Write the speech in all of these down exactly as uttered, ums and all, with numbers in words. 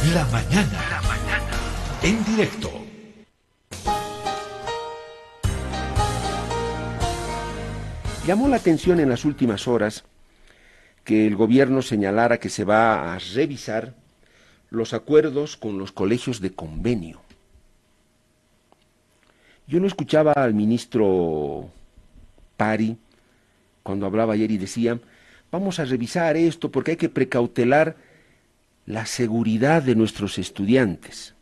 La mañana. La mañana. En directo. Llamó la atención en las últimas horas que el gobierno señalara que se va a revisar los acuerdos con los colegios de convenio. Yo no escuchaba al ministro Pari cuando hablaba ayer y decía, vamos a revisar esto porque hay que precautelar la seguridad de nuestros estudiantes.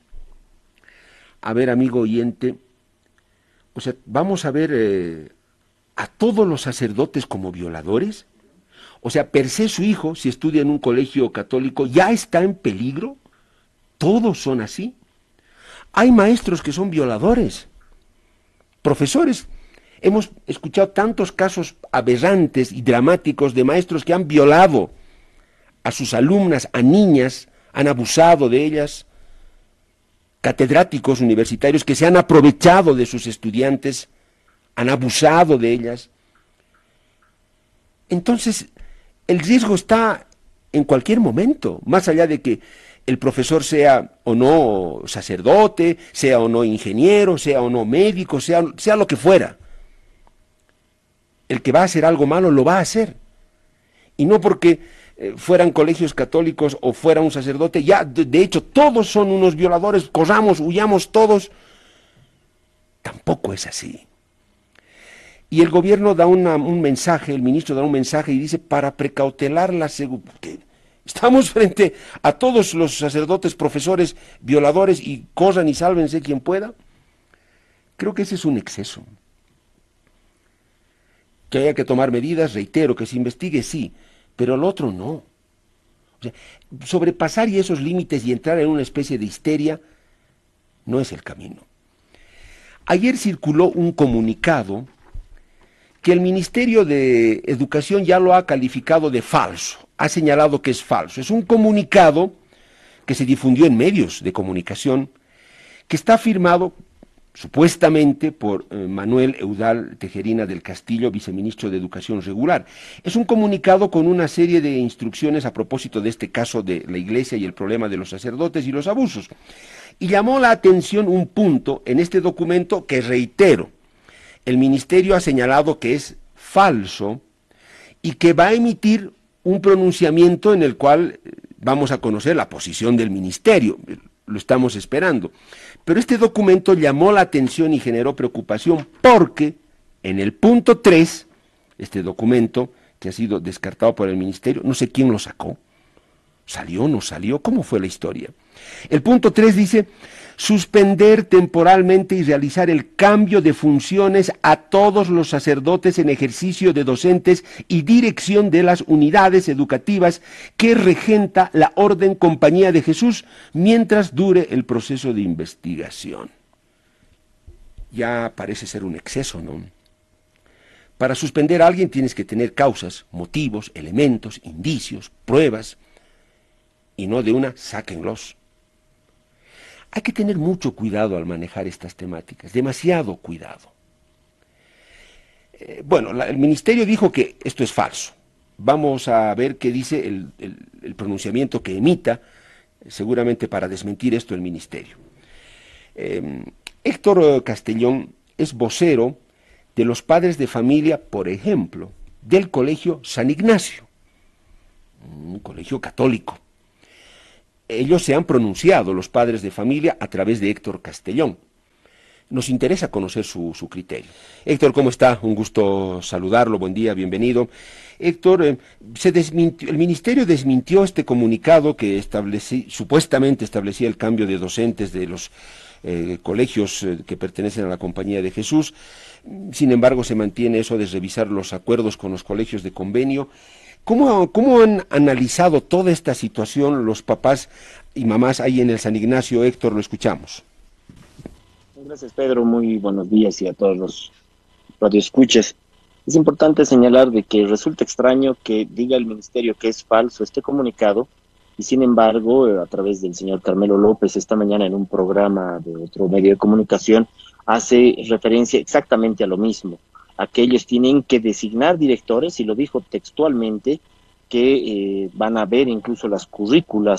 A ver, amigo oyente, o sea, vamos a ver eh, a todos los sacerdotes como violadores. O sea, per se su hijo, si estudia en un colegio católico, ya está en peligro. Todos son así. Hay maestros que son violadores, profesores. Hemos escuchado tantos casos aberrantes y dramáticos de maestros que han violado a sus alumnas, a niñas, han abusado de ellas, catedráticos universitarios que se han aprovechado de sus estudiantes, han abusado de ellas. Entonces, el riesgo está en cualquier momento, más allá de que el profesor sea o no sacerdote, sea o no ingeniero, sea o no médico, sea, sea lo que fuera. El que va a hacer algo malo lo va a hacer. Y no porque eh, fueran colegios católicos o fuera un sacerdote, ya de, de hecho todos son unos violadores, corramos, huyamos todos. Tampoco es así. Y el gobierno da una, un mensaje, el ministro da un mensaje y dice, para precautelar la seguridad. Estamos frente a todos los sacerdotes, profesores, violadores y corran y sálvense quien pueda. Creo que ese es un exceso. Que haya que tomar medidas, reitero, que se investigue, sí, pero el otro no. O sea, sobrepasar y esos límites y entrar en una especie de histeria no es el camino. Ayer circuló un comunicado que el Ministerio de Educación ya lo ha calificado de falso, ha señalado que es falso. Es un comunicado que se difundió en medios de comunicación, que está firmado supuestamente por eh, Manuel Eudal Tejerina del Castillo, viceministro de Educación Regular. Es un comunicado con una serie de instrucciones a propósito de este caso de la Iglesia y el problema de los sacerdotes y los abusos. Y llamó la atención un punto en este documento que, reitero, el ministerio ha señalado que es falso y que va a emitir un pronunciamiento en el cual vamos a conocer la posición del ministerio. Lo estamos esperando. Pero este documento llamó la atención y generó preocupación porque en el punto tres, este documento que ha sido descartado por el ministerio, no sé quién lo sacó, ¿salió, no salió? ¿Cómo fue la historia? El punto tres dice, suspender temporalmente y realizar el cambio de funciones a todos los sacerdotes en ejercicio de docentes y dirección de las unidades educativas que regenta la Orden Compañía de Jesús mientras dure el proceso de investigación. Ya parece ser un exceso, ¿no? Para suspender a alguien tienes que tener causas, motivos, elementos, indicios, pruebas, y no de una, sáquenlos. Hay que tener mucho cuidado al manejar estas temáticas, demasiado cuidado. Eh, bueno, la, el ministerio dijo que esto es falso. Vamos a ver qué dice el, el, el pronunciamiento que emita, seguramente para desmentir esto el ministerio. Eh, Héctor Castellón es vocero de los padres de familia, por ejemplo, del colegio San Ignacio, un colegio católico. Ellos se han pronunciado, los padres de familia, a través de Héctor Castellón. Nos interesa conocer su, su criterio. Héctor, ¿cómo está? Un gusto saludarlo, buen día, bienvenido. Héctor, eh, se desmintió, el ministerio desmintió este comunicado que establecí, supuestamente establecía el cambio de docentes de los eh, colegios eh, que pertenecen a la Compañía de Jesús. Sin embargo, se mantiene eso de revisar los acuerdos con los colegios de convenio. ¿Cómo, ¿Cómo han analizado toda esta situación los papás y mamás ahí en el San Ignacio? Héctor, lo escuchamos. Gracias, Pedro. Muy buenos días y a todos los radioescuchas. Es importante señalar de que resulta extraño que diga el ministerio que es falso este comunicado y sin embargo, a través del señor Carmelo López esta mañana en un programa de otro medio de comunicación hace referencia exactamente a lo mismo. A que ellos tienen que designar directores, y lo dijo textualmente, que eh, van a ver incluso las currículas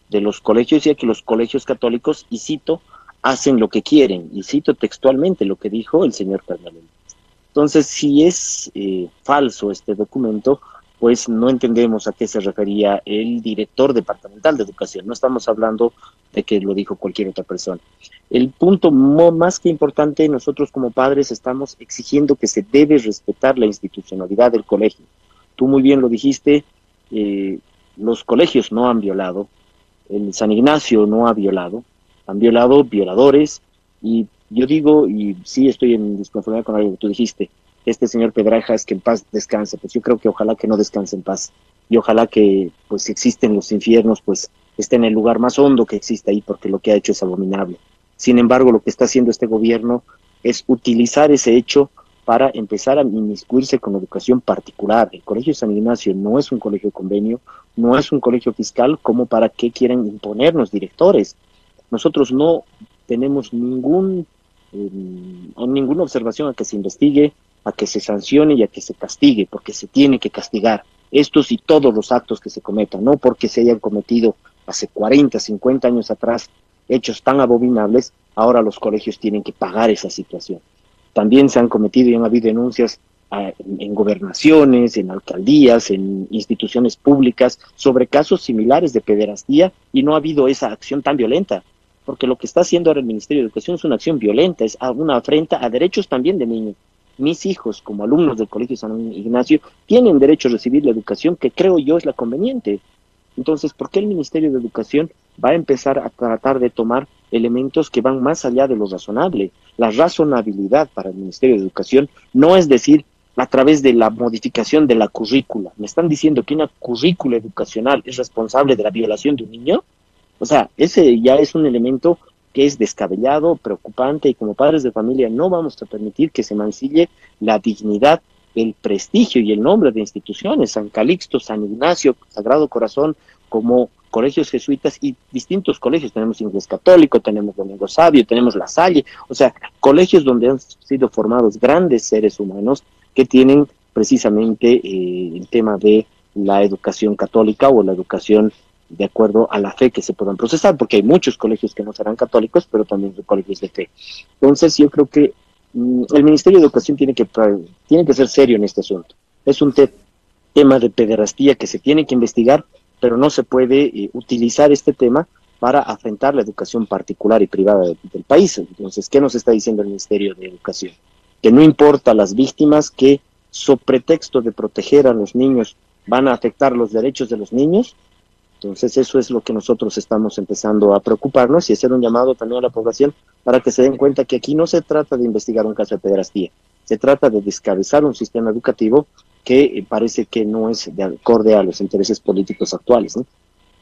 de los colegios, ya que los colegios católicos, y cito, hacen lo que quieren, y cito textualmente lo que dijo el señor Carnalén. Entonces, si es eh, falso este documento, pues no entendemos a qué se refería el director departamental de educación. No estamos hablando de que lo dijo cualquier otra persona. El punto más que importante, nosotros como padres estamos exigiendo que se debe respetar la institucionalidad del colegio. Tú muy bien lo dijiste, eh, los colegios no han violado, el San Ignacio no ha violado, han violado violadores, y yo digo, y sí estoy en disconformidad con algo que tú dijiste, este señor Pedrajas, que en paz descanse, pues yo creo que ojalá que no descanse en paz, y ojalá que, pues si existen los infiernos, pues esté en el lugar más hondo que existe ahí, porque lo que ha hecho es abominable. Sin embargo, lo que está haciendo este gobierno es utilizar ese hecho para empezar a inmiscuirse con educación particular. El Colegio San Ignacio no es un colegio convenio, no es un colegio fiscal, como para que quieran imponernos directores. Nosotros no tenemos ningún, eh, ninguna observación a que se investigue, a que se sancione y a que se castigue, porque se tiene que castigar estos y todos los actos que se cometan, no porque se hayan cometido hace cuarenta, cincuenta años atrás hechos tan abominables, ahora los colegios tienen que pagar esa situación. También se han cometido y han habido denuncias a, en, en gobernaciones, en alcaldías, en instituciones públicas, sobre casos similares de pederastía, y no ha habido esa acción tan violenta, porque lo que está haciendo ahora el Ministerio de Educación es una acción violenta, es una afrenta a derechos también de niños. Mis hijos, como alumnos del Colegio San Ignacio, tienen derecho a recibir la educación que creo yo es la conveniente. Entonces, ¿por qué el Ministerio de Educación va a empezar a tratar de tomar elementos que van más allá de lo razonable? La razonabilidad para el Ministerio de Educación no es decir a través de la modificación de la currícula. ¿Me están diciendo que una currícula educacional es responsable de la violación de un niño? O sea, ese ya es un elemento que es descabellado, preocupante, y como padres de familia no vamos a permitir que se mancille la dignidad, el prestigio y el nombre de instituciones, San Calixto, San Ignacio, Sagrado Corazón, como colegios jesuitas y distintos colegios. Tenemos Inglés Católico, tenemos Domingo Sabio, tenemos La Salle, o sea, colegios donde han sido formados grandes seres humanos que tienen precisamente eh, el tema de la educación católica o la educación de acuerdo a la fe que se puedan procesar, porque hay muchos colegios que no serán católicos, pero también son colegios de fe. Entonces yo creo que mm, el Ministerio de Educación tiene que, tiene que ser serio en este asunto. Es un te tema de pederastía que se tiene que investigar, pero no se puede eh, utilizar este tema para afrentar la educación particular y privada de, del país. Entonces, ¿qué nos está diciendo el Ministerio de Educación? Que no importa las víctimas, que sobre pretexto de proteger a los niños van a afectar los derechos de los niños. Entonces eso es lo que nosotros estamos empezando a preocuparnos y hacer un llamado también a la población para que se den cuenta que aquí no se trata de investigar un caso de pederastía, se trata de descabezar un sistema educativo que eh, parece que no es de acorde a los intereses políticos actuales, ¿no?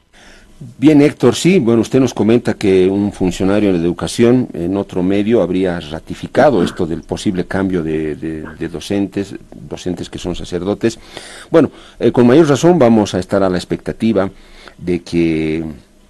Bien, Héctor, sí, bueno, usted nos comenta que un funcionario de educación en otro medio habría ratificado esto del posible cambio de, de, de docentes, docentes que son sacerdotes. Bueno, eh, con mayor razón vamos a estar a la expectativa de que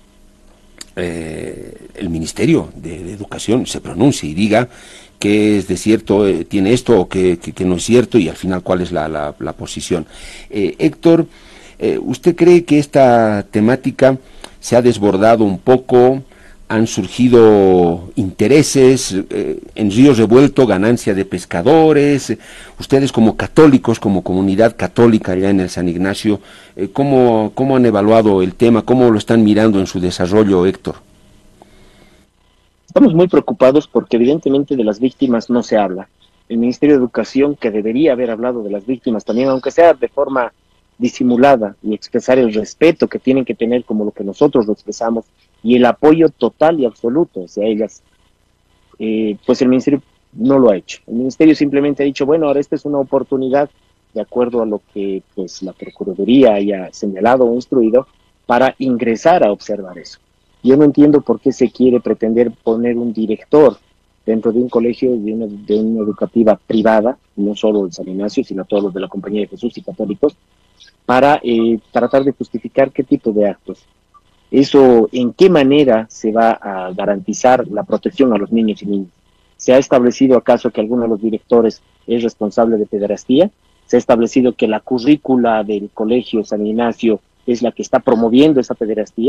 eh, el Ministerio de, de Educación se pronuncie y diga que es de cierto, eh, tiene esto o que, que, que no es cierto, y al final cuál es la, la, la posición. Eh, Héctor, eh, ¿usted cree que esta temática se ha desbordado un poco? Han surgido intereses, eh, en río revuelto, ganancia de pescadores. Ustedes como católicos, como comunidad católica allá en el San Ignacio, eh, ¿cómo, cómo han evaluado el tema? ¿Cómo lo están mirando en su desarrollo, Héctor? Estamos muy preocupados porque evidentemente de las víctimas no se habla. El Ministerio de Educación, que debería haber hablado de las víctimas también, aunque sea de forma disimulada, y expresar el respeto que tienen que tener como lo que nosotros lo expresamos, y el apoyo total y absoluto hacia ellas, eh, pues el Ministerio no lo ha hecho. El Ministerio simplemente ha dicho, bueno, ahora esta es una oportunidad, de acuerdo a lo que pues la Procuraduría haya señalado o instruido, para ingresar a observar eso. Yo no entiendo por qué se quiere pretender poner un director dentro de un colegio, de una, de una educativa privada, no solo el San Ignacio, sino todos los de la Compañía de Jesús y católicos, para eh, tratar de justificar qué tipo de actos. Eso, ¿en qué manera se va a garantizar la protección a los niños y niñas? ¿Se ha establecido acaso que alguno de los directores es responsable de pederastía? ¿Se ha establecido que la currícula del Colegio San Ignacio es la que está promoviendo esa pederastía?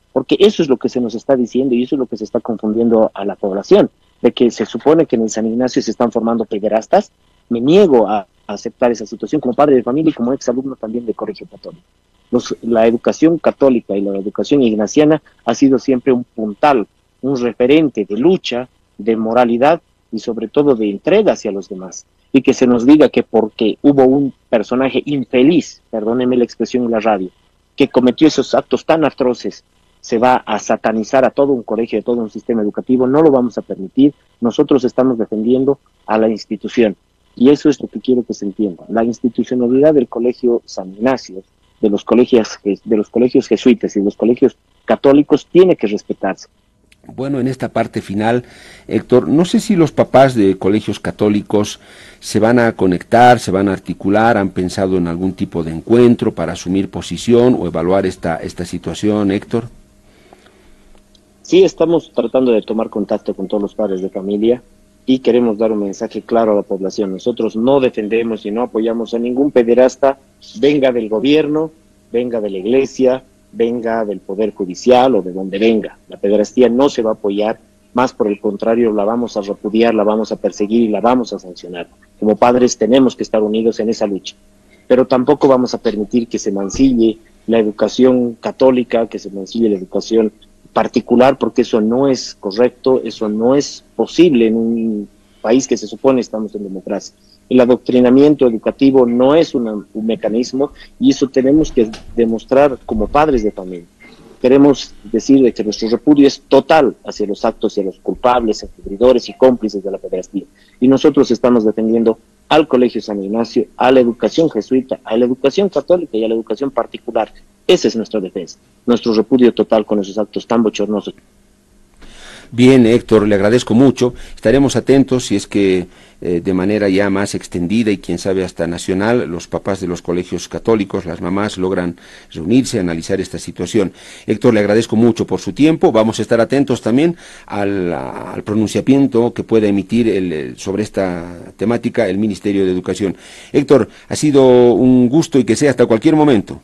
porque eso es lo que se nos está diciendo y eso es lo que se está confundiendo a la población, de que se supone que en el San Ignacio se están formando pederastas. Me niego a, a aceptar esa situación como padre de familia y como exalumno también de Colegio Católico. Los, la educación católica y la educación ignaciana ha sido siempre un puntal, un referente de lucha, de moralidad y sobre todo de entrega hacia los demás. Y que se nos diga que porque hubo un personaje infeliz, perdónenme la expresión en la radio, que cometió esos actos tan atroces, se va a satanizar a todo un colegio, a todo un sistema educativo, no lo vamos a permitir. Nosotros estamos defendiendo a la institución. Y eso es lo que quiero que se entienda. La institucionalidad del Colegio San Ignacio, de los colegios, de los colegios jesuitas y de los colegios católicos tiene que respetarse. Bueno, en esta parte final, Héctor, no sé si los papás de colegios católicos se van a conectar, se van a articular, han pensado en algún tipo de encuentro para asumir posición o evaluar esta, esta situación, Héctor. Sí, estamos tratando de tomar contacto con todos los padres de familia y queremos dar un mensaje claro a la población. Nosotros no defendemos y no apoyamos a ningún pederasta, venga del gobierno, venga de la iglesia, venga del Poder Judicial o de donde venga. La pederastía no se va a apoyar, más por el contrario, la vamos a repudiar, la vamos a perseguir y la vamos a sancionar. Como padres tenemos que estar unidos en esa lucha, pero tampoco vamos a permitir que se mancille la educación católica, que se mancille la educación particular, porque eso no es correcto, eso no es posible en un país que se supone estamos en democracia. El adoctrinamiento educativo no es una, un mecanismo y eso tenemos que demostrar como padres de familia. Queremos decir de que nuestro repudio es total hacia los actos y a los culpables, encubridores y cómplices de la pederastía. Y nosotros estamos defendiendo al Colegio San Ignacio, a la educación jesuita, a la educación católica y a la educación particular. Esa es nuestra defensa, nuestro repudio total con esos actos tan bochornosos. Bien, Héctor, le agradezco mucho. Estaremos atentos si es que eh, de manera ya más extendida y quién sabe hasta nacional, los papás de los colegios católicos, las mamás, logran reunirse, analizar esta situación. Héctor, le agradezco mucho por su tiempo. Vamos a estar atentos también al, al pronunciamiento que pueda emitir el, sobre esta temática el Ministerio de Educación. Héctor, ha sido un gusto y que sea hasta cualquier momento.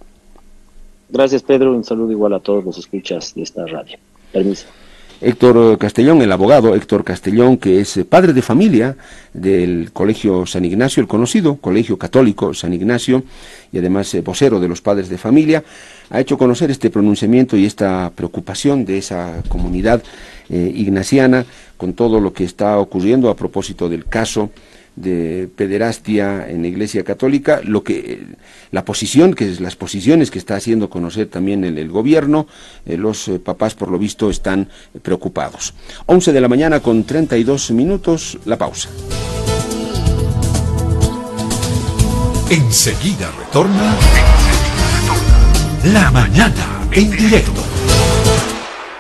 Gracias, Pedro. Un saludo igual a todos los escuchas de esta radio. Permiso. Héctor Castellón, el abogado Héctor Castellón, que es padre de familia del Colegio San Ignacio, el conocido Colegio Católico San Ignacio, y además eh, vocero de los padres de familia, ha hecho conocer este pronunciamiento y esta preocupación de esa comunidad eh, ignaciana con todo lo que está ocurriendo a propósito del caso de pederastia en la Iglesia Católica, lo que la posición, que es las posiciones que está haciendo conocer también el, el gobierno, eh, los eh, papás por lo visto están preocupados. once de la mañana con treinta y dos minutos, la pausa. Enseguida retorna La Mañana en directo.